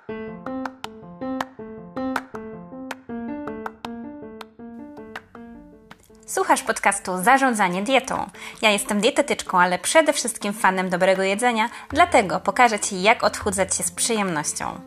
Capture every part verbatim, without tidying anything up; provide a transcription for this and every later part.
Słuchasz podcastu Zarządzanie dietą. Ja jestem dietetyczką, ale przede wszystkim fanem dobrego jedzenia, dlatego pokażę Ci, jak odchudzać się z przyjemnością.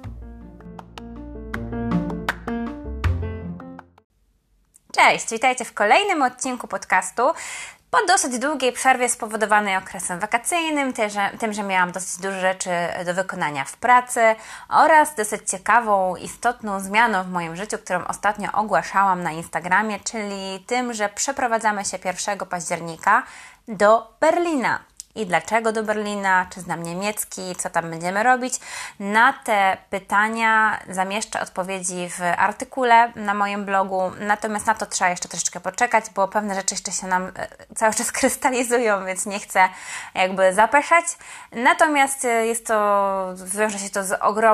Cześć, witajcie w kolejnym odcinku podcastu. Po dosyć długiej przerwie spowodowanej okresem wakacyjnym, tym że, tym, że miałam dosyć dużo rzeczy do wykonania w pracy oraz dosyć ciekawą, istotną zmianą w moim życiu, którą ostatnio ogłaszałam na Instagramie, czyli tym, że przeprowadzamy się pierwszego października do Berlina. I dlaczego do Berlina? Czy znam niemiecki? Co tam będziemy robić? Na te pytania zamieszczę odpowiedzi w artykule na moim blogu, natomiast na to trzeba jeszcze troszeczkę poczekać, bo pewne rzeczy jeszcze się nam cały czas krystalizują, więc nie chcę jakby zapeszać. Natomiast jest to, wiąże się to z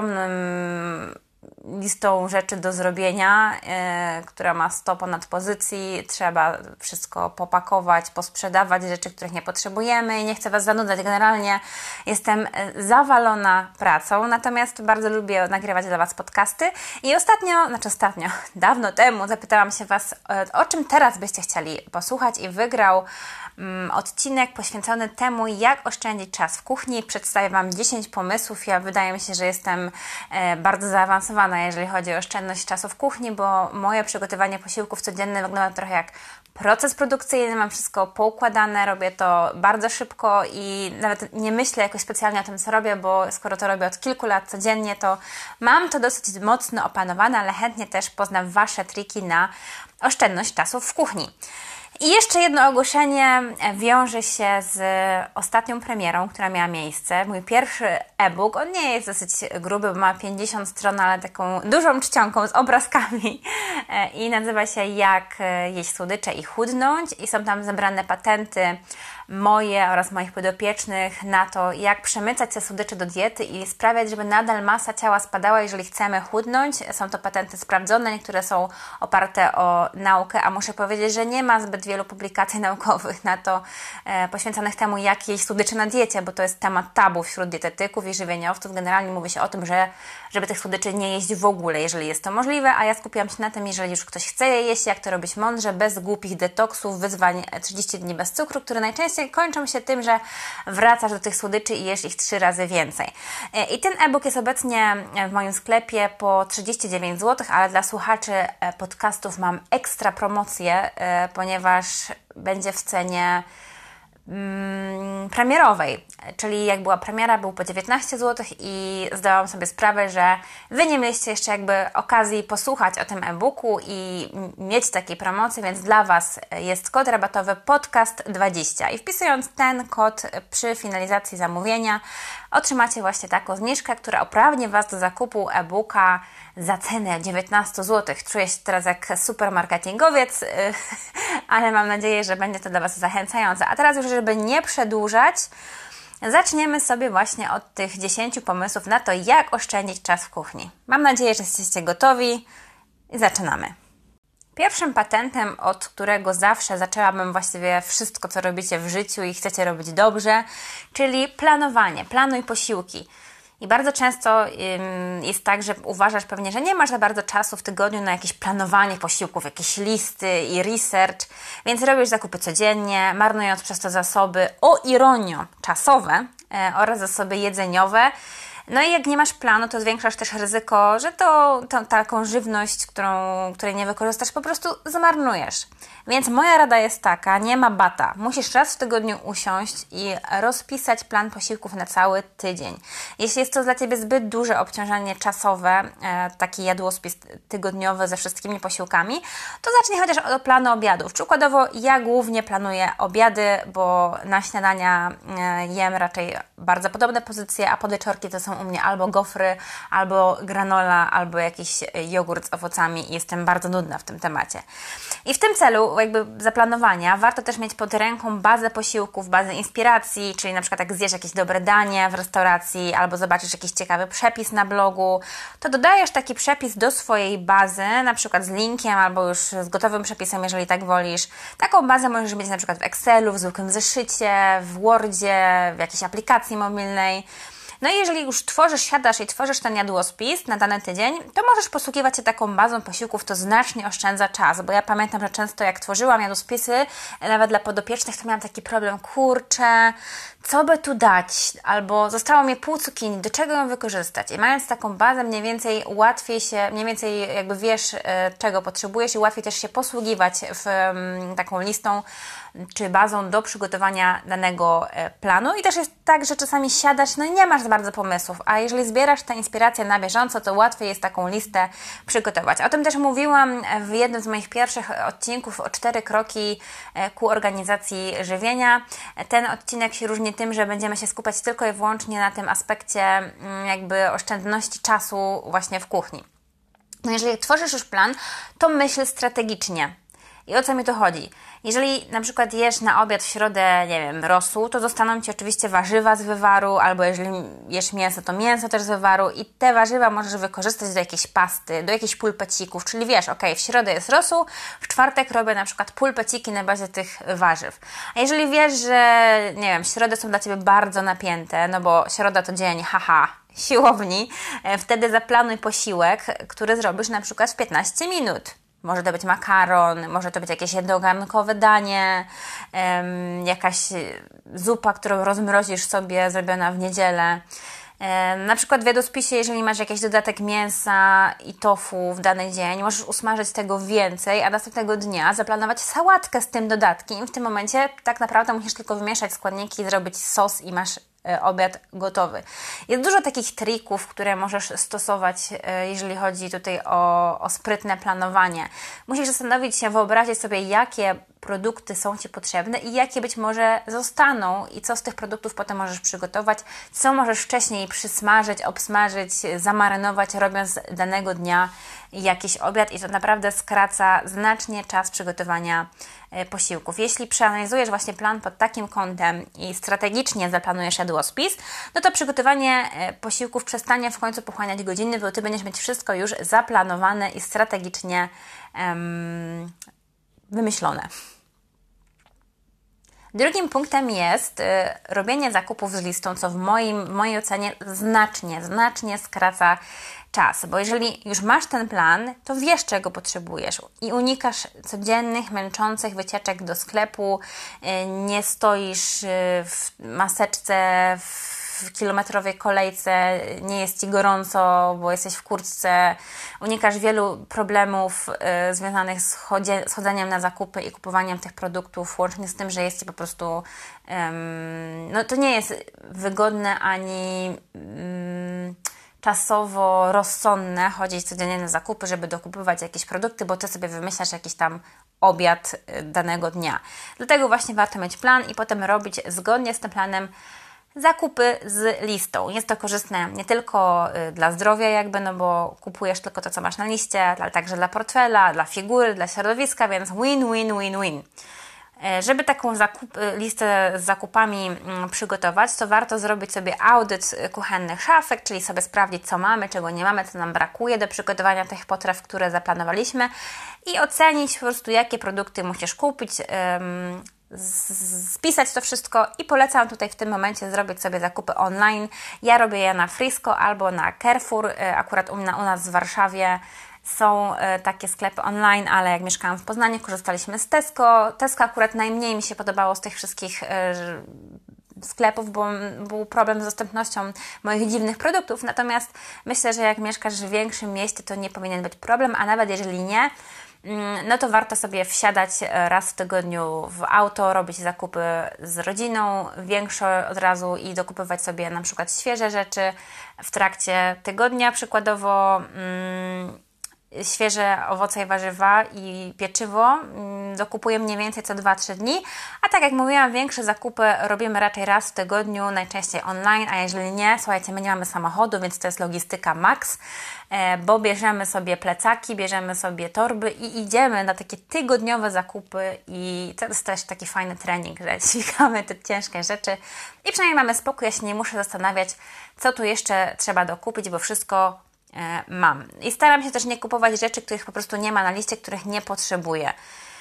ogromnym listą rzeczy do zrobienia, yy, która ma sto ponad pozycji. Trzeba wszystko popakować, posprzedawać rzeczy, których nie potrzebujemy i nie chcę Was zanudzać. Generalnie jestem zawalona pracą, natomiast bardzo lubię nagrywać dla Was podcasty i ostatnio, znaczy ostatnio, dawno temu zapytałam się Was, o czym teraz byście chcieli posłuchać i wygrał um, odcinek poświęcony temu, jak oszczędzić czas w kuchni. Przedstawię Wam dziesięć pomysłów. Ja wydaje mi się, że jestem e, bardzo zaawansowana, jeżeli chodzi o oszczędność czasu w kuchni, bo moje przygotowanie posiłków codziennych wygląda trochę jak proces produkcyjny, mam wszystko poukładane, robię to bardzo szybko i nawet nie myślę jakoś specjalnie o tym, co robię, bo skoro to robię od kilku lat codziennie, to mam to dosyć mocno opanowane, ale chętnie też poznam Wasze triki na oszczędność czasu w kuchni. I jeszcze jedno ogłoszenie wiąże się z ostatnią premierą, która miała miejsce. Mój pierwszy e-book, on nie jest dosyć gruby, bo ma pięćdziesiąt stron, ale taką dużą czcionką z obrazkami i nazywa się Jak jeść słodycze i chudnąć i są tam zebrane patenty moje oraz moich podopiecznych na to, jak przemycać te słodycze do diety i sprawiać, żeby nadal masa ciała spadała, jeżeli chcemy chudnąć. Są to patenty sprawdzone, niektóre są oparte o naukę, a muszę powiedzieć, że nie ma zbyt wielu publikacji naukowych na to e, poświęconych temu, jak jeść słodycze na diecie, bo to jest temat tabu wśród dietetyków i żywieniowców. Generalnie mówi się o tym, że żeby tych słodyczy nie jeść w ogóle, jeżeli jest to możliwe, a ja skupiłam się na tym, jeżeli już ktoś chce je jeść, jak to robić mądrze, bez głupich detoksów, wyzwań trzydzieści dni bez cukru, które najczęściej kończą się tym, że wracasz do tych słodyczy i jesz ich trzy razy więcej. I ten e-book jest obecnie w moim sklepie po trzydzieści dziewięć złotych, ale dla słuchaczy podcastów mam ekstra promocję, ponieważ będzie w cenie mm, premierowej, czyli jak była premiera, był po dziewiętnaście złotych i zdałam sobie sprawę, że Wy nie mieliście jeszcze jakby okazji posłuchać o tym e-booku i mieć takiej promocji, więc dla Was jest kod rabatowy podcast dwadzieścia i wpisując ten kod przy finalizacji zamówienia otrzymacie właśnie taką zniżkę, która uprawni Was do zakupu e-booka za cenę dziewiętnaście złotych. Czuję się teraz jak supermarketingowiec, ale mam nadzieję, że będzie to dla Was zachęcające. A teraz już, żeby nie przedłużać, zaczniemy sobie właśnie od tych dziesięciu pomysłów na to, jak oszczędzić czas w kuchni. Mam nadzieję, że jesteście gotowi i zaczynamy. Pierwszym patentem, od którego zawsze zaczęłabym właściwie wszystko, co robicie w życiu i chcecie robić dobrze, czyli planowanie, planuj posiłki. I bardzo często ym, jest tak, że uważasz pewnie, że nie masz za bardzo czasu w tygodniu na jakieś planowanie posiłków, jakieś listy i research, więc robisz zakupy codziennie, marnując przez to zasoby, o ironio, czasowe e, oraz zasoby jedzeniowe. No i jak nie masz planu, to zwiększasz też ryzyko, że to, to taką żywność, którą, której nie wykorzystasz, po prostu zmarnujesz. Więc moja rada jest taka, nie ma bata. Musisz raz w tygodniu usiąść i rozpisać plan posiłków na cały tydzień. Jeśli jest to dla Ciebie zbyt duże obciążenie czasowe, taki jadłospis tygodniowy ze wszystkimi posiłkami, to zacznij chociaż od planu obiadów. Przykładowo ja głównie planuję obiady, bo na śniadania jem raczej bardzo podobne pozycje, a podwieczorki to są u mnie albo gofry, albo granola, albo jakiś jogurt z owocami i jestem bardzo nudna w tym temacie. I w tym celu jakby zaplanowania warto też mieć pod ręką bazę posiłków, bazę inspiracji, czyli na przykład jak zjesz jakieś dobre danie w restauracji albo zobaczysz jakiś ciekawy przepis na blogu, to dodajesz taki przepis do swojej bazy, na przykład z linkiem albo już z gotowym przepisem, jeżeli tak wolisz. Taką bazę możesz mieć na przykład w Excelu, w zwykłym zeszycie, w Wordzie, w jakiejś aplikacji mobilnej. No i jeżeli już tworzysz, siadasz i tworzysz ten jadłospis na dany tydzień, to możesz posługiwać się taką bazą posiłków, to znacznie oszczędza czas, bo ja pamiętam, że często jak tworzyłam jadłospisy, nawet dla podopiecznych, to miałam taki problem, kurczę, co by tu dać, albo zostało mi pół cukinii, do czego ją wykorzystać? I mając taką bazę, mniej więcej łatwiej się, mniej więcej jakby wiesz, czego potrzebujesz i łatwiej też się posługiwać w taką listą czy bazą do przygotowania danego planu. I też jest tak, że czasami siadasz, no i nie masz za bardzo pomysłów, a jeżeli zbierasz tę inspirację na bieżąco, to łatwiej jest taką listę przygotować. O tym też mówiłam w jednym z moich pierwszych odcinków o cztery kroki ku organizacji żywienia. Ten odcinek się różni tym, że będziemy się skupiać tylko i wyłącznie na tym aspekcie jakby oszczędności czasu właśnie w kuchni. No jeżeli tworzysz już plan, to myśl strategicznie. I o co mi tu chodzi? Jeżeli na przykład jesz na obiad w środę, nie wiem, rosół, to zostaną Ci oczywiście warzywa z wywaru, albo jeżeli jesz mięso, to mięso też z wywaru i te warzywa możesz wykorzystać do jakiejś pasty, do jakichś pulpecików, czyli wiesz, ok, w środę jest rosół, w czwartek robię na przykład pulpeciki na bazie tych warzyw. A jeżeli wiesz, że, nie wiem, środy są dla Ciebie bardzo napięte, no bo środa to dzień, haha, siłowni, wtedy zaplanuj posiłek, który zrobisz na przykład w piętnaście minut. Może to być makaron, może to być jakieś jednogarnkowe danie, um, jakaś zupa, którą rozmrozisz sobie, zrobiona w niedzielę. Um, na przykład w jadłospisie, jeżeli masz jakiś dodatek mięsa i tofu w dany dzień, możesz usmażyć tego więcej, a następnego dnia zaplanować sałatkę z tym dodatkiem. W tym momencie tak naprawdę musisz tylko wymieszać składniki, zrobić sos i masz obiad gotowy. Jest dużo takich trików, które możesz stosować, jeżeli chodzi tutaj o, o sprytne planowanie. Musisz zastanowić się, wyobrazić sobie, jakie produkty są Ci potrzebne i jakie być może zostaną i co z tych produktów potem możesz przygotować, co możesz wcześniej przysmażyć, obsmażyć, zamarynować, robiąc danego dnia jakiś obiad i to naprawdę skraca znacznie czas przygotowania posiłków. Jeśli przeanalizujesz właśnie plan pod takim kątem i strategicznie zaplanujesz jadłospis, no to przygotowanie posiłków przestanie w końcu pochłaniać godziny, bo Ty będziesz mieć wszystko już zaplanowane i strategicznie um, wymyślone. Drugim punktem jest y, robienie zakupów z listą, co w, moim, w mojej ocenie znacznie, znacznie skraca czas, bo jeżeli już masz ten plan, to wiesz, czego potrzebujesz i unikasz codziennych, męczących wycieczek do sklepu, y, nie stoisz y, w maseczce, w w kilometrowej kolejce, nie jest Ci gorąco, bo jesteś w kurtce, unikasz wielu problemów y, związanych z, chodzie, z chodzeniem na zakupy i kupowaniem tych produktów, łącznie z tym, że jest Ci po prostu ym, no to nie jest wygodne ani ym, czasowo rozsądne chodzić codziennie na zakupy, żeby dokupywać jakieś produkty, bo Ty sobie wymyślasz jakiś tam obiad danego dnia. Dlatego właśnie warto mieć plan i potem robić zgodnie z tym planem zakupy z listą. Jest to korzystne nie tylko dla zdrowia jakby, no bo kupujesz tylko to, co masz na liście, ale także dla portfela, dla figury, dla środowiska, więc win, win, win, win. Żeby taką zakup, listę z zakupami przygotować, to warto zrobić sobie audyt kuchennych szafek, czyli sobie sprawdzić, co mamy, czego nie mamy, co nam brakuje do przygotowania tych potraw, które zaplanowaliśmy i ocenić po prostu, jakie produkty musisz kupić, spisać to wszystko i polecam tutaj w tym momencie zrobić sobie zakupy online. Ja robię je na Frisco albo na Carrefour, akurat u, na, u nas w Warszawie są takie sklepy online, ale jak mieszkałam w Poznaniu, korzystaliśmy z Tesco. Tesco akurat najmniej mi się podobało z tych wszystkich sklepów, bo był problem z dostępnością moich dziwnych produktów, natomiast myślę, że jak mieszkasz w większym mieście, to nie powinien być problem, a nawet jeżeli nie, no to warto sobie wsiadać raz w tygodniu w auto, robić zakupy z rodziną, większe od razu i dokupywać sobie na przykład świeże rzeczy w trakcie tygodnia, przykładowo mm, świeże owoce i warzywa i pieczywo dokupuję mniej więcej co dwa trzy dni, a tak jak mówiłam, większe zakupy robimy raczej raz w tygodniu, najczęściej online, a jeżeli nie, słuchajcie, my nie mamy samochodu, więc to jest logistyka max, bo bierzemy sobie plecaki, bierzemy sobie torby i idziemy na takie tygodniowe zakupy i to jest też taki fajny trening, że dźwigamy te ciężkie rzeczy i przynajmniej mamy spokój, ja się nie muszę zastanawiać, co tu jeszcze trzeba dokupić, bo wszystko mam. I staram się też nie kupować rzeczy, których po prostu nie ma na liście, których nie potrzebuję.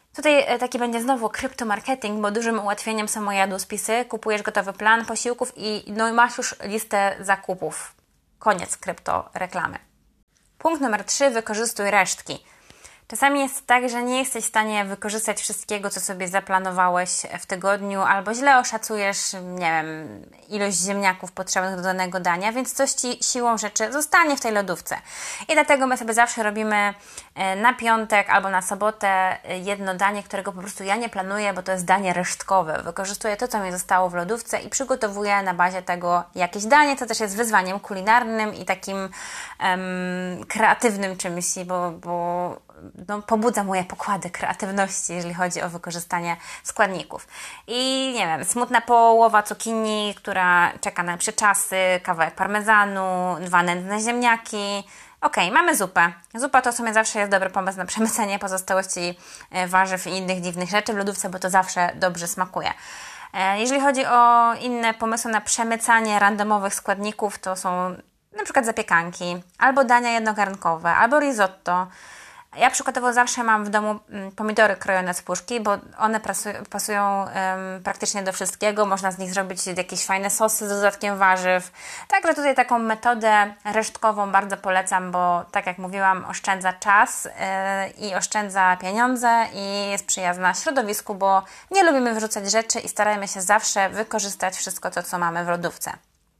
Tutaj taki będzie znowu kryptomarketing, bo dużym ułatwieniem są moje jadłospisy. Kupujesz gotowy plan posiłków i no masz już listę zakupów. Koniec kryptoreklamy. Punkt numer trzy. Wykorzystuj resztki. Czasami jest tak, że nie jesteś w stanie wykorzystać wszystkiego, co sobie zaplanowałeś w tygodniu, albo źle oszacujesz, nie wiem, ilość ziemniaków potrzebnych do danego dania, więc coś Ci siłą rzeczy zostanie w tej lodówce. I dlatego my sobie zawsze robimy na piątek albo na sobotę jedno danie, którego po prostu ja nie planuję, bo to jest danie resztkowe. Wykorzystuję to, co mi zostało w lodówce i przygotowuję na bazie tego jakieś danie, co też jest wyzwaniem kulinarnym i takim um, kreatywnym czymś, bo, bo no, pobudza moje pokłady kreatywności, jeżeli chodzi o wykorzystanie składników. I nie wiem, smutna połowa cukinii, która czeka na przyczasy, kawałek parmezanu, dwa nędzne ziemniaki. Ok, mamy zupę. Zupa to w sumie zawsze jest dobry pomysł na przemycenie pozostałości warzyw i innych dziwnych rzeczy w lodówce, bo to zawsze dobrze smakuje. Jeżeli chodzi o inne pomysły na przemycanie randomowych składników, to są na przykład zapiekanki, albo dania jednogarnkowe, albo risotto. Ja przykładowo zawsze mam w domu pomidory krojone z puszki, bo one pasują, pasują um, praktycznie do wszystkiego. Można z nich zrobić jakieś fajne sosy z dodatkiem warzyw. Także tutaj taką metodę resztkową bardzo polecam, bo tak jak mówiłam, oszczędza czas yy, i oszczędza pieniądze i jest przyjazna środowisku, bo nie lubimy wyrzucać rzeczy i starajmy się zawsze wykorzystać wszystko to, co mamy w lodówce.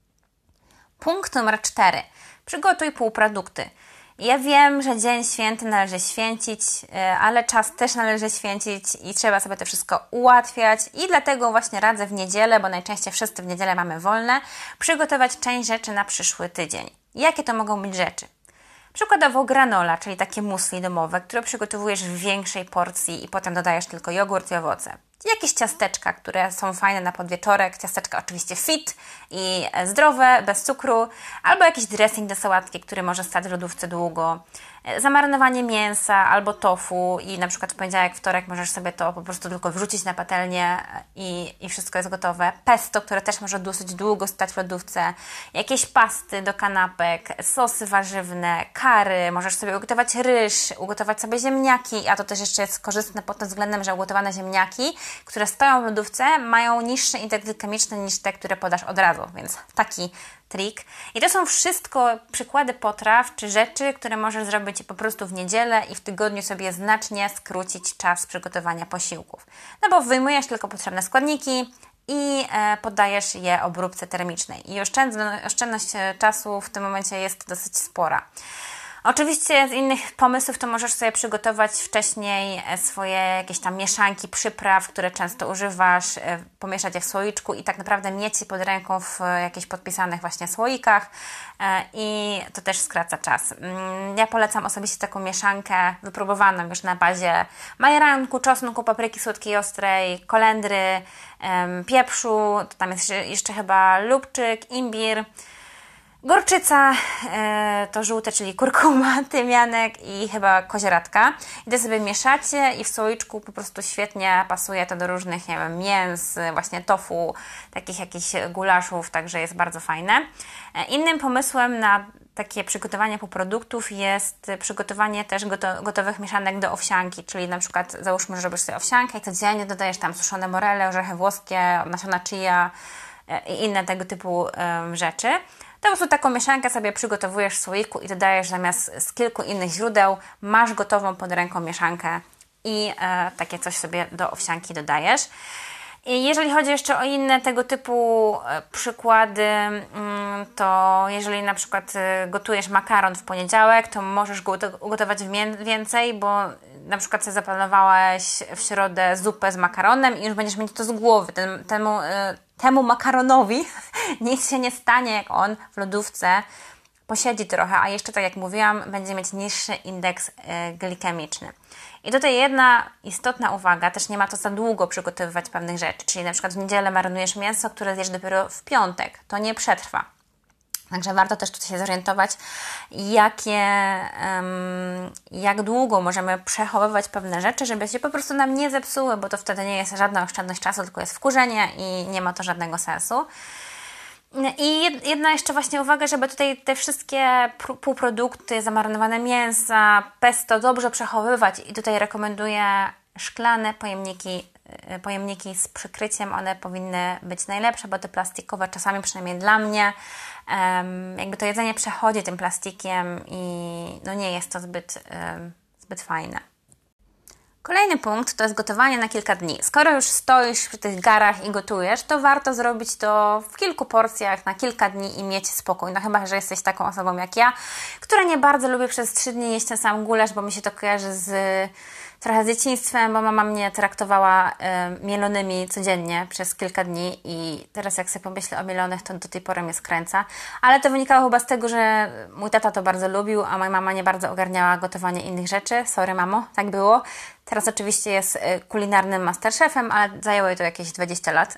Punkt numer cztery. Przygotuj półprodukty. Ja wiem, że dzień święty należy święcić, ale czas też należy święcić i trzeba sobie to wszystko ułatwiać i dlatego właśnie radzę w niedzielę, bo najczęściej wszyscy w niedzielę mamy wolne, przygotować część rzeczy na przyszły tydzień. Jakie to mogą być rzeczy? Przykładowo granola, czyli takie musli domowe, które przygotowujesz w większej porcji i potem dodajesz tylko jogurt i owoce. Jakieś ciasteczka, które są fajne na podwieczorek, ciasteczka oczywiście fit i zdrowe, bez cukru, albo jakiś dressing do sałatki, który może stać w lodówce długo. Zamarynowanie mięsa albo tofu i na przykład w poniedziałek, wtorek możesz sobie to po prostu tylko wrzucić na patelnię i, i wszystko jest gotowe. Pesto, które też może dosyć długo stać w lodówce. Jakieś pasty do kanapek, sosy warzywne, kary, możesz sobie ugotować ryż, ugotować sobie ziemniaki, a to też jeszcze jest korzystne pod tym względem, że ugotowane ziemniaki, które stoją w lodówce, mają niższy indeks glikemiczny niż te, które podasz od razu, więc taki trik. I to są wszystko przykłady potraw czy rzeczy, które możesz zrobić po prostu w niedzielę i w tygodniu sobie znacznie skrócić czas przygotowania posiłków. No bo wyjmujesz tylko potrzebne składniki i e, poddajesz je obróbce termicznej. I oszczędność, oszczędność czasu w tym momencie jest dosyć spora. Oczywiście z innych pomysłów to możesz sobie przygotować wcześniej swoje jakieś tam mieszanki przypraw, które często używasz, pomieszać je w słoiczku i tak naprawdę mieć je pod ręką w jakichś podpisanych właśnie słoikach i to też skraca czas. Ja polecam osobiście taką mieszankę wypróbowaną już na bazie majeranku, czosnku, papryki słodkiej, ostrej, kolendry, pieprzu, to tam jest jeszcze chyba lubczyk, imbir, gorczyca, e, to żółte, czyli kurkuma, tymianek i chyba kozioratka. I to sobie mieszacie i w słoiczku po prostu świetnie pasuje to do różnych, nie wiem, mięs, właśnie tofu, takich jakichś gulaszów, także jest bardzo fajne. E, innym pomysłem na takie przygotowanie półproduktów jest przygotowanie też goto- gotowych mieszanek do owsianki, czyli na przykład załóżmy, że robisz sobie owsiankę i codziennie dodajesz tam suszone morele, orzechy włoskie, nasiona chia e, i inne tego typu e, rzeczy. To po prostu taką mieszankę sobie przygotowujesz w słoiku i dodajesz zamiast z kilku innych źródeł, masz gotową pod ręką mieszankę i e, takie coś sobie do owsianki dodajesz. I jeżeli chodzi jeszcze o inne tego typu e, przykłady, mm, to jeżeli na przykład e, gotujesz makaron w poniedziałek, to możesz go ugotować więcej, bo na przykład sobie zaplanowałeś w środę zupę z makaronem i już będziesz mieć to z głowy. Ten, temu, e, temu makaronowi nic się nie stanie, jak on w lodówce posiedzi trochę, a jeszcze tak jak mówiłam, będzie mieć niższy indeks e, glikemiczny. I tutaj jedna istotna uwaga, też nie ma to za długo przygotowywać pewnych rzeczy, czyli na przykład w niedzielę marynujesz mięso, które zjesz dopiero w piątek, to nie przetrwa. Także warto też tutaj się zorientować, jakie, um, jak długo możemy przechowywać pewne rzeczy, żeby się po prostu nam nie zepsuły, bo to wtedy nie jest żadna oszczędność czasu, tylko jest wkurzenie i nie ma to żadnego sensu. I jedna jeszcze właśnie uwaga, żeby tutaj te wszystkie półprodukty, zamarynowane mięsa, pesto dobrze przechowywać i tutaj rekomenduję szklane pojemniki, pojemniki z przykryciem, one powinny być najlepsze, bo te plastikowe czasami, przynajmniej dla mnie, jakby to jedzenie przechodzi tym plastikiem i no nie jest to zbyt, zbyt fajne. Kolejny punkt to jest gotowanie na kilka dni. Skoro już stoisz przy tych garach i gotujesz, to warto zrobić to w kilku porcjach na kilka dni i mieć spokój. No chyba że jesteś taką osobą jak ja, która nie bardzo lubi przez trzy dni jeść ten sam gulasz, bo mi się to kojarzy z trochę z dzieciństwem, bo mama mnie traktowała y, mielonymi codziennie przez kilka dni i teraz jak sobie pomyślę o mielonych, to do tej pory mnie skręca. Ale to wynikało chyba z tego, że mój tata to bardzo lubił, a moja mama nie bardzo ogarniała gotowanie innych rzeczy. Sorry mamo, tak było. Teraz oczywiście jest kulinarnym masterchefem, ale zajęło jej to jakieś dwadzieścia lat.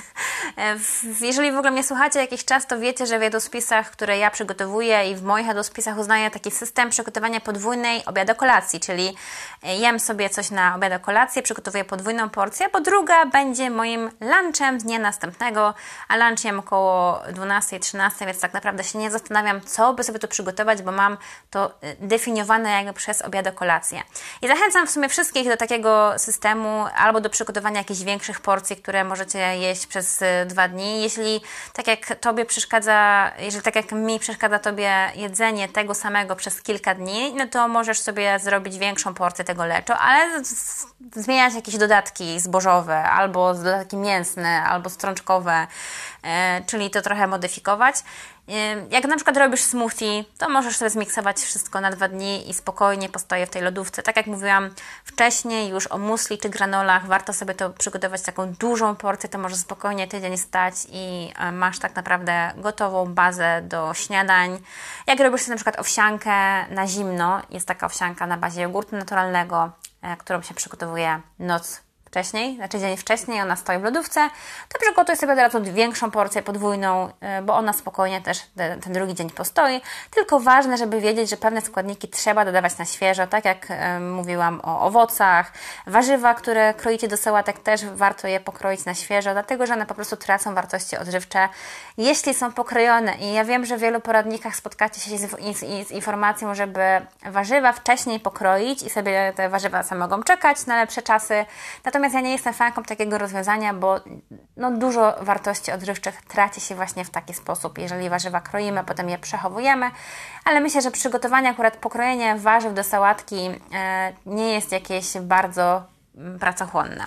Jeżeli w ogóle mnie słuchacie jakiś czas, to wiecie, że w jadłospisach, które ja przygotowuję i w moich jadłospisach uznaję taki system przygotowania podwójnej obiado-kolacji, czyli jem sobie coś na obiado-kolację, przygotowuję podwójną porcję, bo druga będzie moim lunchem dnia następnego, a lunch jem około dwunastej, trzynastej, więc tak naprawdę się nie zastanawiam, co by sobie tu przygotować, bo mam to definiowane jakby przez obiado-kolację. I zachęcam w sumie wszystkich do takiego systemu albo do przygotowania jakichś większych porcji, które możecie jeść przez dwa dni. Jeśli tak jak Tobie przeszkadza, jeżeli tak jak mi przeszkadza Tobie jedzenie tego samego przez kilka dni, no to możesz sobie zrobić większą porcję tego leczo, ale z, z, zmieniać jakieś dodatki zbożowe, albo dodatki mięsne, albo strączkowe, e, czyli to trochę modyfikować. Jak na przykład robisz smoothie, to możesz sobie zmiksować wszystko na dwa dni i spokojnie postoję w tej lodówce. Tak jak mówiłam wcześniej już o musli czy granolach, warto sobie to przygotować taką dużą porcję, to może spokojnie tydzień stać i masz tak naprawdę gotową bazę do śniadań. Jak robisz sobie na przykład owsiankę na zimno, jest taka owsianka na bazie jogurtu naturalnego, którą się przygotowuje noc wcześniej, znaczy dzień wcześniej, ona stoi w lodówce, to przygotuj sobie teraz większą porcję podwójną, bo ona spokojnie też ten, ten drugi dzień postoi. Tylko ważne, żeby wiedzieć, że pewne składniki trzeba dodawać na świeżo, tak jak y, mówiłam o owocach, warzywa, które kroicie do sałatek, też warto je pokroić na świeżo, dlatego że one po prostu tracą wartości odżywcze, jeśli są pokrojone. I ja wiem, że w wielu poradnikach spotkacie się z, z, z informacją, żeby warzywa wcześniej pokroić i sobie te warzywa same mogą czekać na lepsze czasy. Natomiast Natomiast ja nie jestem fanką takiego rozwiązania, bo no, dużo wartości odżywczych traci się właśnie w taki sposób, jeżeli warzywa kroimy, a potem je przechowujemy, ale myślę, że przygotowanie, akurat pokrojenie warzyw do sałatki e, nie jest jakieś bardzo m, pracochłonne.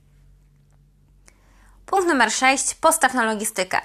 Punkt numer sześć. Postaw na logistykę.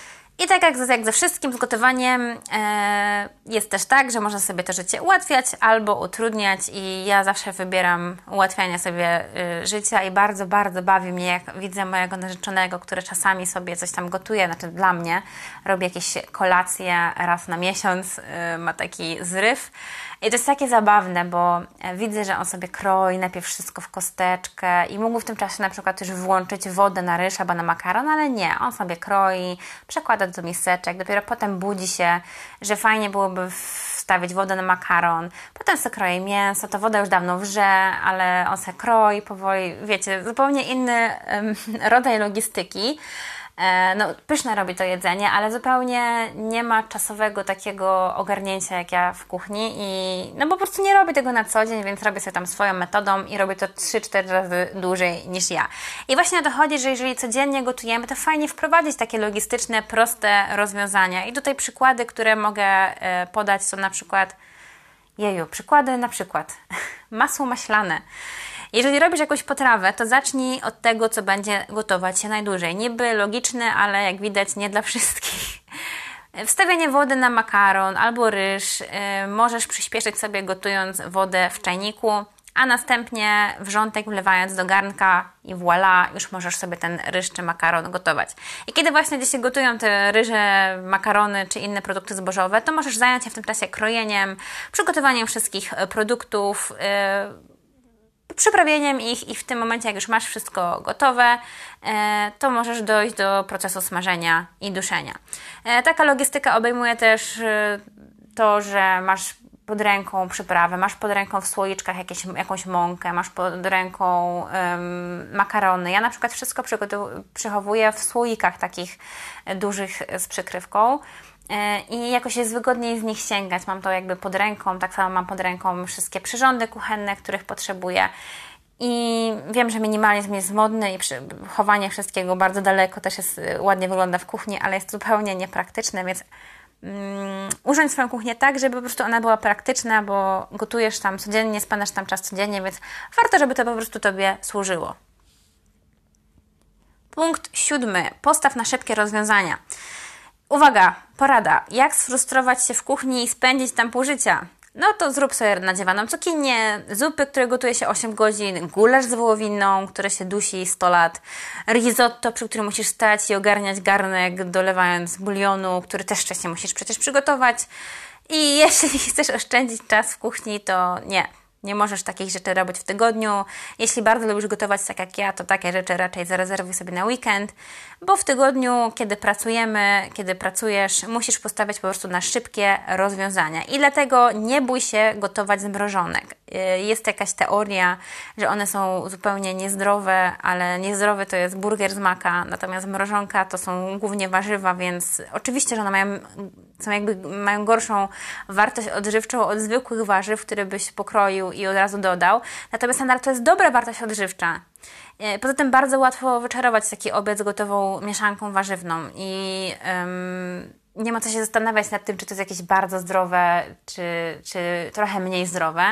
I tak jak, jak ze wszystkim z gotowaniem e, jest też tak, że można sobie to życie ułatwiać albo utrudniać i ja zawsze wybieram ułatwianie sobie y, życia i bardzo, bardzo bawi mnie, jak widzę mojego narzeczonego, który czasami sobie coś tam gotuje, znaczy dla mnie, robi jakieś kolacje raz na miesiąc, y, ma taki zryw. I to jest takie zabawne, bo widzę, że on sobie kroi najpierw wszystko w kosteczkę i mógł w tym czasie na przykład też włączyć wodę na ryż albo na makaron, ale nie, on sobie kroi, przekłada do miseczek, dopiero potem budzi się, że fajnie byłoby wstawić wodę na makaron, potem sobie kroi mięso, to woda już dawno wrze, ale on sobie kroi powoli, wiecie, zupełnie inny um, rodzaj logistyki. No, pyszne robi to jedzenie, ale zupełnie nie ma czasowego takiego ogarnięcia jak ja w kuchni i no po prostu nie robię tego na co dzień, więc robię sobie tam swoją metodą i robię to trzy cztery razy dłużej niż ja. I właśnie o to chodzi, że jeżeli codziennie gotujemy, to fajnie wprowadzić takie logistyczne, proste rozwiązania. I tutaj przykłady, które mogę podać, są na przykład jeju, przykłady na przykład masło maślane. Jeżeli robisz jakąś potrawę, to zacznij od tego, co będzie gotować się najdłużej. Niby logiczne, ale jak widać nie dla wszystkich. Wstawianie wody na makaron albo ryż. Yy, możesz przyspieszyć sobie gotując wodę w czajniku, a następnie wrzątek wlewając do garnka i voilà, już możesz sobie ten ryż czy makaron gotować. I kiedy właśnie gdzieś się gotują te ryże, makarony czy inne produkty zbożowe, to możesz zająć się w tym czasie krojeniem, przygotowaniem wszystkich produktów, yy, przyprawieniem ich i w tym momencie, jak już masz wszystko gotowe, to możesz dojść do procesu smażenia i duszenia. Taka logistyka obejmuje też to, że masz pod ręką przyprawę, masz pod ręką w słoiczkach jakieś, jakąś mąkę, masz pod ręką um, makarony. Ja na przykład wszystko przechowuję w słoikach takich dużych z przykrywką. I jakoś jest wygodniej z nich sięgać. Mam to jakby pod ręką, tak samo mam pod ręką wszystkie przyrządy kuchenne, których potrzebuję. I wiem, że minimalizm jest modny i przy, chowanie wszystkiego bardzo daleko też jest, ładnie wygląda w kuchni, ale jest zupełnie niepraktyczne, więc um, urządź swoją kuchnię tak, żeby po prostu ona była praktyczna, bo gotujesz tam codziennie, spędzasz tam czas codziennie, więc warto, żeby to po prostu Tobie służyło. Punkt siódmy. Postaw na szybkie rozwiązania. Uwaga, porada. Jak sfrustrować się w kuchni i spędzić tam pół życia? No to zrób sobie nadziewaną cukinię, zupy, które gotuje się osiem godzin, gulasz z wołowiną, które się dusi sto lat, risotto, przy którym musisz stać i ogarniać garnek, dolewając bulionu, który też wcześniej musisz przecież przygotować. I jeśli chcesz oszczędzić czas w kuchni, to nie. Nie możesz takich rzeczy robić w tygodniu. Jeśli bardzo lubisz gotować tak jak ja, to takie rzeczy raczej zarezerwuj sobie na weekend, bo w tygodniu, kiedy pracujemy, kiedy pracujesz, musisz postawiać po prostu na szybkie rozwiązania. I dlatego nie bój się gotować z mrożonek. Jest jakaś teoria, że one są zupełnie niezdrowe, ale niezdrowy to jest burger z maka, natomiast mrożonka to są głównie warzywa, więc oczywiście, że one mają, są jakby, mają gorszą wartość odżywczą od zwykłych warzyw, które byś pokroił i od razu dodał. Natomiast nadal to jest dobra wartość odżywcza. Poza tym bardzo łatwo wyczarować taki obiad z gotową mieszanką warzywną i um, nie ma co się zastanawiać nad tym, czy to jest jakieś bardzo zdrowe, czy, czy trochę mniej zdrowe.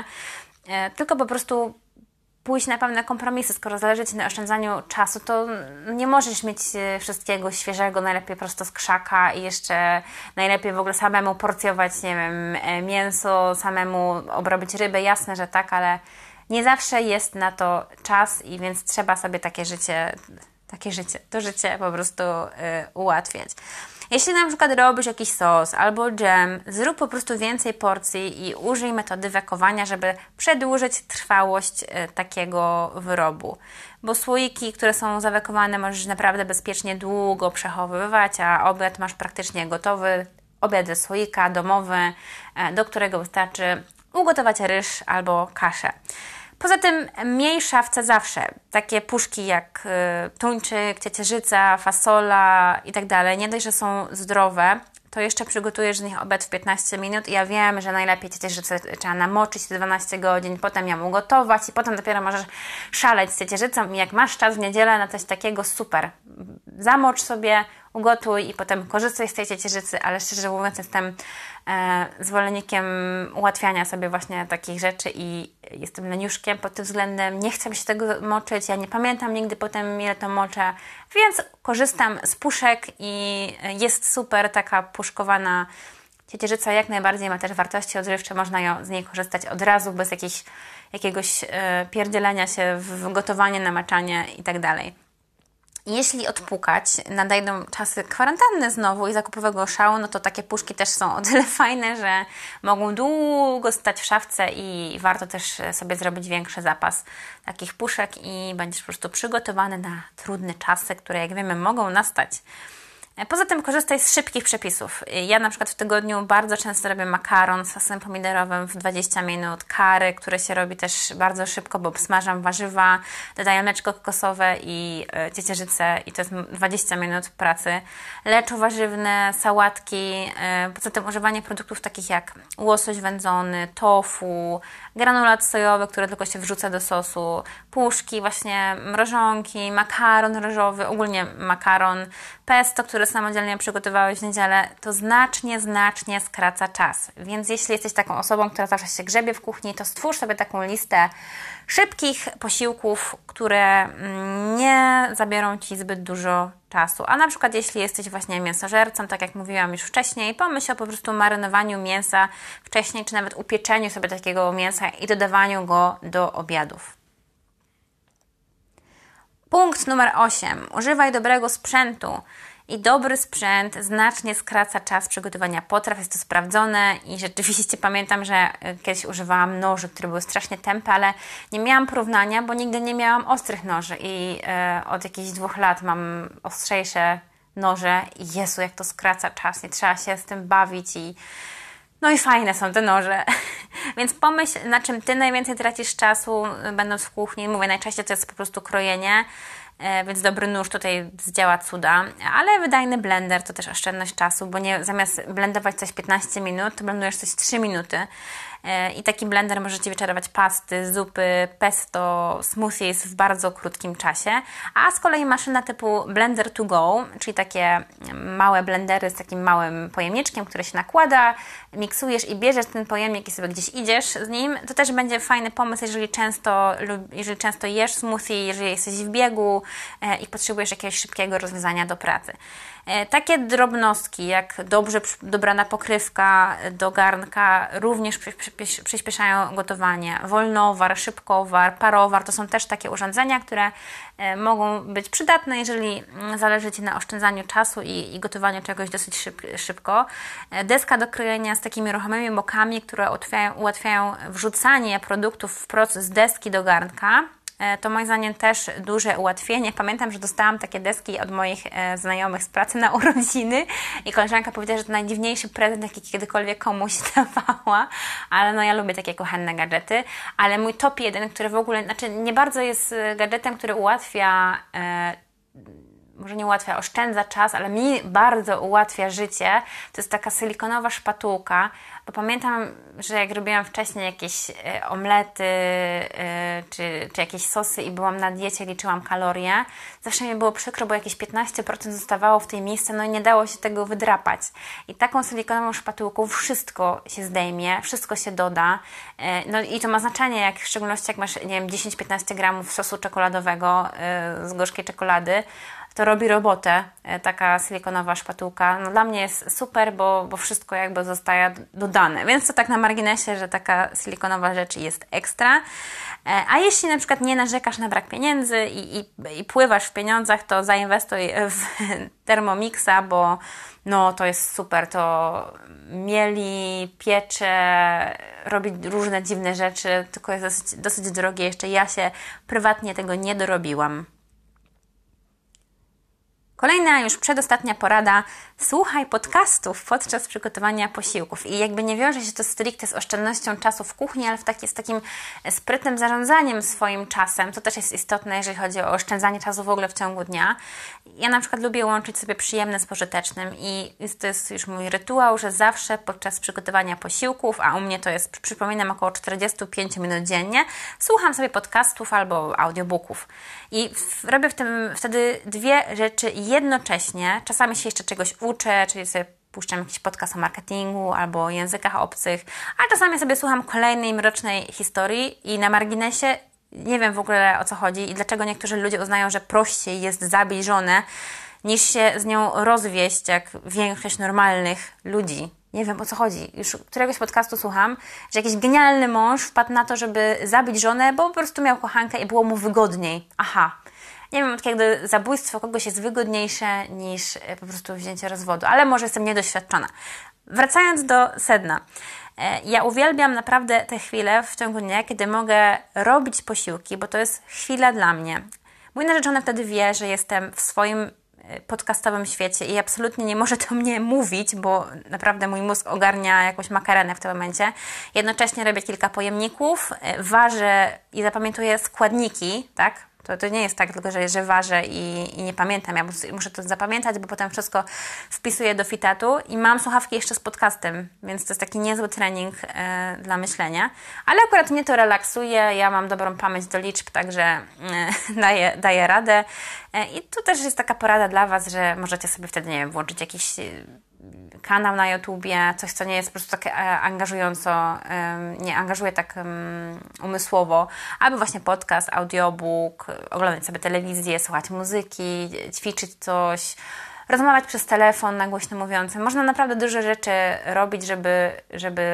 Tylko po prostu pójść na pewne kompromisy. Skoro zależy Ci na oszczędzaniu czasu, to nie możesz mieć wszystkiego świeżego, najlepiej prosto z krzaka i jeszcze najlepiej w ogóle samemu porcjować, nie wiem, mięso, samemu obrobić rybę. Jasne, że tak, ale nie zawsze jest na to czas i więc trzeba sobie takie życie, takie życie, to życie po prostu y, ułatwiać. Jeśli na przykład robisz jakiś sos albo dżem, zrób po prostu więcej porcji i użyj metody wekowania, żeby przedłużyć trwałość y, takiego wyrobu. Bo słoiki, które są zawekowane, możesz naprawdę bezpiecznie długo przechowywać, a obiad masz praktycznie gotowy. Obiad ze słoika domowy, y, do którego wystarczy ugotować ryż albo kaszę. Poza tym miej w szafce zawsze takie puszki jak y, tuńczyk, ciecierzyca, fasola i tak dalej. Nie dość, że są zdrowe, to jeszcze przygotujesz z nich obiad w piętnaście minut i ja wiem, że najlepiej ciecierzycę trzeba namoczyć dwanaście godzin, potem ją ugotować i potem dopiero możesz szaleć z ciecierzycą i jak masz czas w niedzielę na coś takiego, super. Zamocz sobie, ugotuj i potem korzystaj z tej ciecierzycy, ale szczerze mówiąc jestem e, zwolennikiem ułatwiania sobie właśnie takich rzeczy i jestem leniuszkiem pod tym względem, nie chcę się tego moczyć, ja nie pamiętam nigdy potem ile to moczę, więc korzystam z puszek i jest super taka puszkowana ciecierzyca, jak najbardziej ma też wartości odżywcze, można ją, z niej korzystać od razu, bez jakiejś, jakiegoś e, pierdzielenia się w gotowanie, namaczanie i tak dalej. Jeśli odpukać, nadejdą czasy kwarantanny znowu i zakupowego szału, no to takie puszki też są o tyle fajne, że mogą długo stać w szafce i warto też sobie zrobić większy zapas takich puszek i będziesz po prostu przygotowany na trudne czasy, które jak wiemy mogą nastać. Poza tym korzystaj z szybkich przepisów. Ja na przykład w tygodniu bardzo często robię makaron z sosem pomidorowym w dwadzieścia minut, curry, które się robi też bardzo szybko, bo obsmażam warzywa, dodaję mleczko kokosowe i ciecierzycę i to jest dwadzieścia minut pracy. Leczo warzywne, sałatki, poza tym używanie produktów takich jak łosoś wędzony, tofu, granulat sojowy, który tylko się wrzuca do sosu, puszki, właśnie mrożonki, makaron ryżowy, ogólnie makaron, pesto, które samodzielnie przygotowałeś w niedzielę, to znacznie, znacznie skraca czas. Więc jeśli jesteś taką osobą, która zawsze się grzebie w kuchni, to stwórz sobie taką listę szybkich posiłków, które nie zabiorą Ci zbyt dużo czasu. A na przykład jeśli jesteś właśnie mięsożercą, tak jak mówiłam już wcześniej, pomyśl o po prostu marynowaniu mięsa wcześniej, czy nawet upieczeniu sobie takiego mięsa i dodawaniu go do obiadów. Punkt numer osiem. Używaj dobrego sprzętu. I dobry sprzęt znacznie skraca czas przygotowania potraw, jest to sprawdzone i rzeczywiście pamiętam, że kiedyś używałam noży, które były strasznie tępe, ale nie miałam porównania, bo nigdy nie miałam ostrych noży i e, od jakichś dwóch lat mam ostrzejsze noże i Jezu, jak to skraca czas, nie trzeba się z tym bawić i no i fajne są te noże. Więc pomyśl, na czym Ty najwięcej tracisz czasu, będąc w kuchni. Mówię, najczęściej to jest po prostu krojenie, więc dobry nóż tutaj zdziała cuda, ale wydajny blender to też oszczędność czasu, bo nie, zamiast blendować coś piętnaście minut, to blendujesz coś trzy minuty. i taki blender możecie wyczarować pasty, zupy, pesto, smoothies w bardzo krótkim czasie. A z kolei maszyna typu blender to go, czyli takie małe blendery z takim małym pojemniczkiem, które się nakłada, miksujesz i bierzesz ten pojemnik i sobie gdzieś idziesz z nim, to też będzie fajny pomysł, jeżeli często, jeżeli często jesz smoothie, jeżeli jesteś w biegu i potrzebujesz jakiegoś szybkiego rozwiązania do pracy. Takie drobnostki, jak dobrze dobrana pokrywka do garnka, również przyspieszają gotowanie. Wolnowar, szybkowar, parowar to są też takie urządzenia, które mogą być przydatne, jeżeli zależy Ci na oszczędzaniu czasu i, i gotowaniu czegoś dosyć szyb, szybko. Deska do krojenia z takimi ruchomymi bokami, które ułatwiają, ułatwiają wrzucanie produktów wprost z deski do garnka. To moim zdaniem też duże ułatwienie. Pamiętam, że dostałam takie deski od moich e, znajomych z pracy na urodziny i koleżanka powiedziała, że to najdziwniejszy prezent, jaki kiedykolwiek komuś dawała, ale no ja lubię takie kuchenne gadżety, ale mój top jeden, który w ogóle, znaczy nie bardzo jest gadżetem, który ułatwia e, może nie ułatwia, oszczędza czas, ale mi bardzo ułatwia życie, to jest taka silikonowa szpatułka, bo pamiętam, że jak robiłam wcześniej jakieś e, omlety e, czy, czy jakieś sosy i byłam na diecie, liczyłam kalorie, zawsze mi było przykro, bo jakieś piętnaście procent zostawało w tej miejsce, no i nie dało się tego wydrapać. I taką silikonową szpatułką wszystko się zdejmie, wszystko się doda, e, no i to ma znaczenie, jak w szczególności jak masz, nie wiem, dziesięć do piętnastu gramów sosu czekoladowego e, z gorzkiej czekolady, to robi robotę, taka silikonowa szpatułka. No dla mnie jest super, bo, bo wszystko jakby zostaje dodane. Więc to tak na marginesie, że taka silikonowa rzecz jest ekstra. A jeśli na przykład nie narzekasz na brak pieniędzy i, i, i pływasz w pieniądzach, to zainwestuj w Thermomixa, bo no to jest super. To mieli, piecze, robi różne dziwne rzeczy, tylko jest dosyć, dosyć drogie. Jeszcze ja się prywatnie tego nie dorobiłam. Kolejna, już przedostatnia porada. Słuchaj podcastów podczas przygotowania posiłków. I jakby nie wiąże się to stricte z oszczędnością czasu w kuchni, ale w taki, z takim sprytnym zarządzaniem swoim czasem. To też jest istotne, jeżeli chodzi o oszczędzanie czasu w ogóle w ciągu dnia. Ja na przykład lubię łączyć sobie przyjemne z pożytecznym i to jest już mój rytuał, że zawsze podczas przygotowania posiłków, a u mnie to jest, przypominam, około czterdzieści pięć minut dziennie, słucham sobie podcastów albo audiobooków. I w, robię w tym wtedy dwie rzeczy jednocześnie. Czasami się jeszcze czegoś uczę, czyli sobie puszczam jakiś podcast o marketingu albo o językach obcych, a czasami sobie słucham kolejnej mrocznej historii i na marginesie nie wiem w ogóle o co chodzi i dlaczego niektórzy ludzie uznają, że prościej jest zabić żonę niż się z nią rozwieść, jak większość normalnych ludzi. Nie wiem o co chodzi. Już któregoś podcastu słucham, że jakiś genialny mąż wpadł na to, żeby zabić żonę, bo po prostu miał kochankę i było mu wygodniej. Aha. Nie wiem, od kiedy zabójstwo kogoś jest wygodniejsze niż po prostu wzięcie rozwodu, ale może jestem niedoświadczona. Wracając do sedna. Ja uwielbiam naprawdę te chwile w ciągu dnia, kiedy mogę robić posiłki, bo to jest chwila dla mnie. Mój narzeczony wtedy wie, że jestem w swoim podcastowym świecie i absolutnie nie może do mnie mówić, bo naprawdę mój mózg ogarnia jakąś makarenę w tym momencie. Jednocześnie robię kilka pojemników, ważę i zapamiętuję składniki, tak? To, to nie jest tak tylko, że, że ważę i, i nie pamiętam. Ja muszę to zapamiętać, bo potem wszystko wpisuję do fitatu i mam słuchawki jeszcze z podcastem, więc to jest taki niezły trening e, dla myślenia. Ale akurat mnie to relaksuje, ja mam dobrą pamięć do liczb, także e, daję, daję radę. E, I tu też jest taka porada dla Was, że możecie sobie wtedy, nie wiem, włączyć jakiś kanał na YouTubie, coś, co nie jest po prostu tak angażująco, nie angażuje tak umysłowo, albo właśnie podcast, audiobook, oglądać sobie telewizję, słuchać muzyki, ćwiczyć coś, rozmawiać przez telefon na głośno mówiącym. Można naprawdę dużo rzeczy robić, żeby, żeby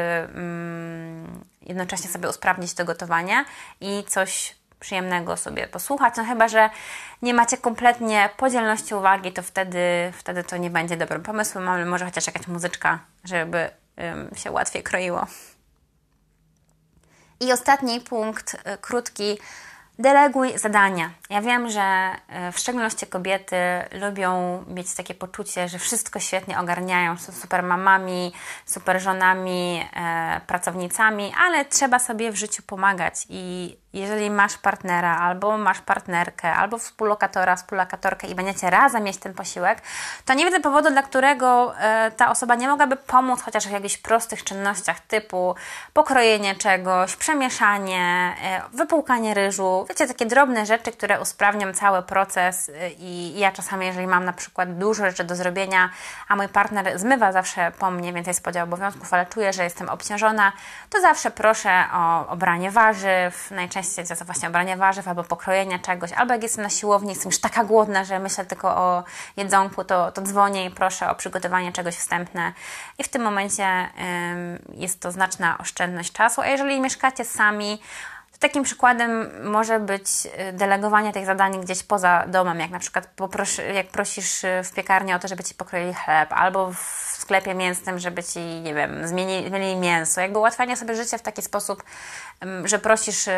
jednocześnie sobie usprawnić to gotowanie i coś przyjemnego sobie posłuchać, no chyba, że nie macie kompletnie podzielności uwagi, to wtedy, wtedy to nie będzie dobrym pomysłem, ale może chociaż jakaś muzyczka, żeby um, się łatwiej kroiło. I ostatni punkt, y, krótki, Deleguj zadania. Ja wiem, że w szczególności kobiety lubią mieć takie poczucie, że wszystko świetnie ogarniają, są super mamami, super żonami, e, pracownicami, ale trzeba sobie w życiu pomagać i jeżeli masz partnera, albo masz partnerkę, albo współlokatora, współlokatorkę i będziecie razem mieć ten posiłek, to nie widzę powodu, dla którego e, ta osoba nie mogłaby pomóc chociaż w jakichś prostych czynnościach typu pokrojenie czegoś, przemieszanie, e, wypłukanie ryżu. Wiecie, takie drobne rzeczy, które usprawnią cały proces i ja czasami, jeżeli mam na przykład dużo rzeczy do zrobienia, a mój partner zmywa zawsze po mnie, więc jest podział obowiązków, ale czuję, że jestem obciążona, to zawsze proszę o obranie warzyw, najczęściej jest to właśnie obranie warzyw albo pokrojenie czegoś, albo jak jestem na siłowni, jestem już taka głodna, że myślę tylko o jedzonku, to, to dzwonię i proszę o przygotowanie czegoś wstępne i w tym momencie ym, jest to znaczna oszczędność czasu, a jeżeli mieszkacie sami, takim przykładem może być delegowanie tych zadań gdzieś poza domem, jak na przykład popros- jak prosisz w piekarni o to, żeby Ci pokroili chleb, albo w sklepie mięsnym, żeby Ci, nie wiem, zmienili, zmienili mięso. Jakby ułatwianie sobie życia w taki sposób, że prosisz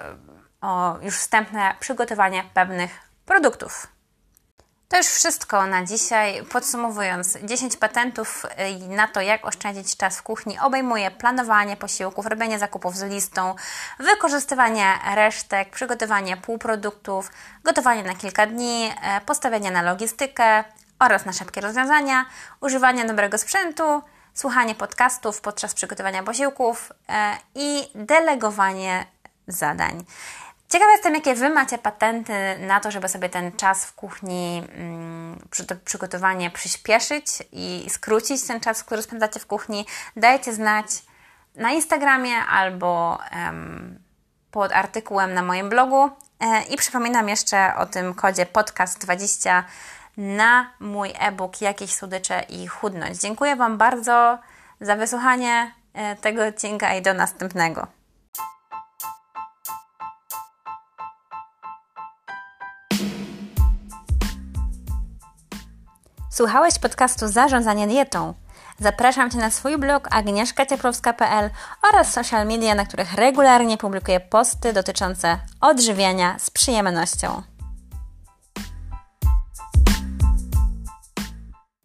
o już wstępne przygotowanie pewnych produktów. To już wszystko na dzisiaj. Podsumowując, dziesięć patentów na to, jak oszczędzić czas w kuchni obejmuje planowanie posiłków, robienie zakupów z listą, wykorzystywanie resztek, przygotowanie półproduktów, gotowanie na kilka dni, postawienie na logistykę oraz na szybkie rozwiązania, używanie dobrego sprzętu, słuchanie podcastów podczas przygotowania posiłków i delegowanie zadań. Ciekawa jestem, jakie Wy macie patenty na to, żeby sobie ten czas w kuchni, przy to przygotowanie przyspieszyć i skrócić ten czas, który spędzacie w kuchni. Dajcie znać na Instagramie albo um, pod artykułem na moim blogu. E, I przypominam jeszcze o tym kodzie podcast dwadzieścia na mój e-book Jakieś słodycze i chudnąć. Dziękuję Wam bardzo za wysłuchanie tego odcinka i do następnego. Słuchałeś podcastu Zarządzanie dietą? Zapraszam Cię na swój blog agnieszka cieplowska kropka p l oraz social media, na których regularnie publikuję posty dotyczące odżywiania z przyjemnością.